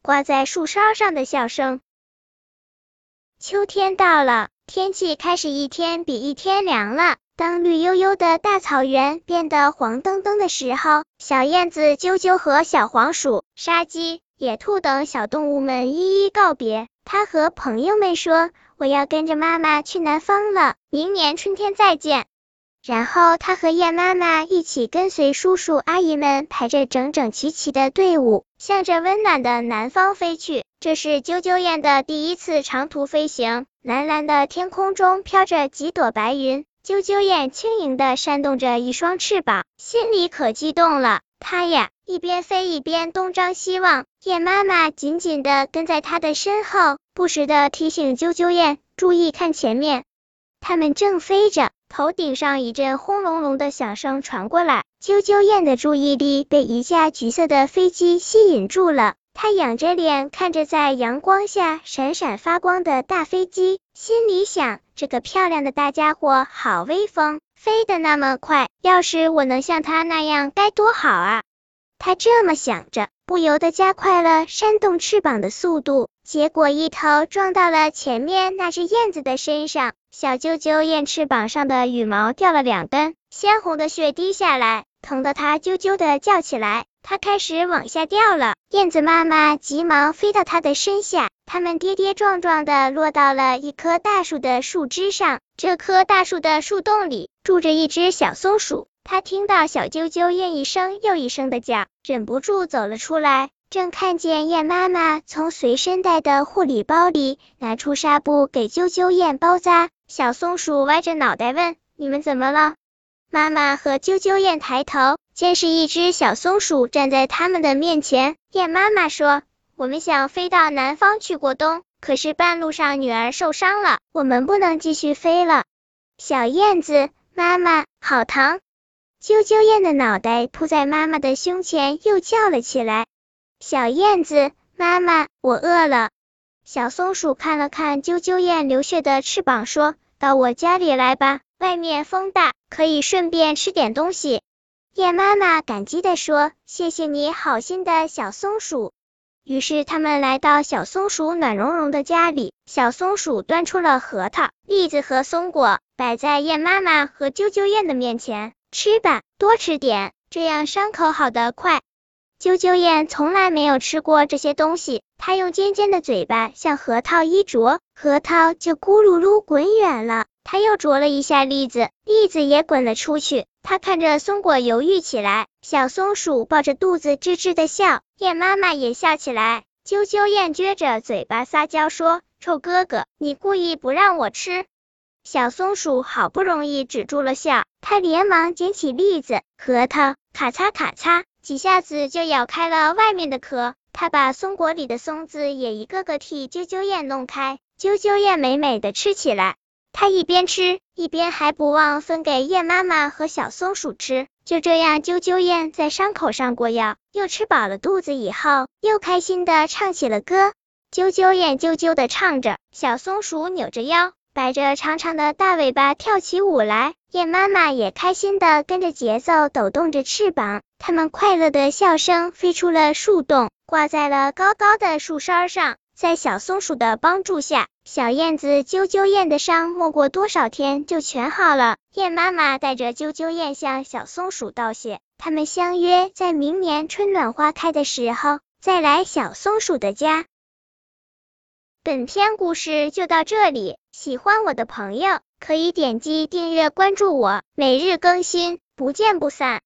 挂在树梢上的笑声。秋天到了，天气开始一天比一天凉了。当绿油油的大草原变得黄澄澄的时候，小燕子啾啾和小黄鼠、沙鸡、野兔等小动物们一一告别。它和朋友们说，我要跟着妈妈去南方了，明年春天再见。然后它和燕妈妈一起跟随叔叔阿姨们排着整整齐齐的队伍，向着温暖的南方飞去。这是啾啾燕的第一次长途飞行，蓝蓝的天空中飘着几朵白云，啾啾燕轻盈地扇动着一双翅膀，心里可激动了。它呀，一边飞一边东张西望，燕妈妈紧紧地跟在它的身后，不时地提醒啾啾燕注意看前面。它们正飞着，头顶上一阵轰隆隆的响声传过来，啾啾燕的注意力被一架橘色的飞机吸引住了。它仰着脸看着在阳光下闪闪发光的大飞机，心里想，这个漂亮的大家伙好威风，飞得那么快，要是我能像它那样该多好啊。它这么想着，不由得加快了扇动翅膀的速度，结果一头撞到了前面那只燕子的身上，小啾啾燕翅膀上的羽毛掉了2根，鲜红的血滴下来，疼得它啾啾地叫起来。它开始往下掉了，燕子妈妈急忙飞到它的身下，它们跌跌撞撞地落到了一棵大树的树枝上。这棵大树的树洞里住着一只小松鼠，它听到小啾啾燕一声又一声的叫，忍不住走了出来，正看见燕妈妈从随身带的护理包里拿出纱布给啾啾燕包扎。小松鼠歪着脑袋问，你们怎么了？妈妈和啾啾燕抬头，见是一只小松鼠站在他们的面前。燕妈妈说，我们想飞到南方去过冬，可是半路上女儿受伤了，我们不能继续飞了。小燕子，妈妈，好疼！啾啾燕的脑袋扑在妈妈的胸前，又叫了起来。小燕子，妈妈，我饿了。小松鼠看了看啾啾燕流血的翅膀，说，到我家里来吧，外面风大，可以顺便吃点东西。燕妈妈感激地说，谢谢你好心的小松鼠。于是他们来到小松鼠暖融融的家里，小松鼠端出了核桃、栗子和松果，摆在燕妈妈和啾啾燕的面前，吃吧，多吃点，这样伤口好得快。啾啾燕从来没有吃过这些东西，它用尖尖的嘴巴向核桃一啄，核桃就咕噜噜滚远了。它又啄了一下栗子，栗子也滚了出去。它看着松果犹豫起来，小松鼠抱着肚子吱吱的笑，燕妈妈也笑起来。啾啾燕撅着嘴巴撒娇说，臭哥哥，你故意不让我吃。小松鼠好不容易止住了笑，它连忙捡起栗子、核桃，咔嚓咔嚓，几下子就咬开了外面的壳。它把松果里的松子也一个个替啾啾燕弄开，啾啾燕美美的吃起来。它一边吃，一边还不忘分给燕妈妈和小松鼠吃。就这样，啾啾燕在伤口上过药，又吃饱了肚子以后，又开心的唱起了歌。啾啾燕啾啾的唱着，小松鼠扭着腰，摆着长长的大尾巴跳起舞来，燕妈妈也开心的跟着节奏抖动着翅膀。它们快乐的笑声飞出了树洞，挂在了高高的树梢上。在小松鼠的帮助下，小燕子啾啾燕的伤没过多少天就全好了。燕妈妈带着啾啾燕向小松鼠道谢，他们相约在明年春暖花开的时候再来小松鼠的家。本篇故事就到这里，喜欢我的朋友可以点击订阅关注我，每日更新，不见不散。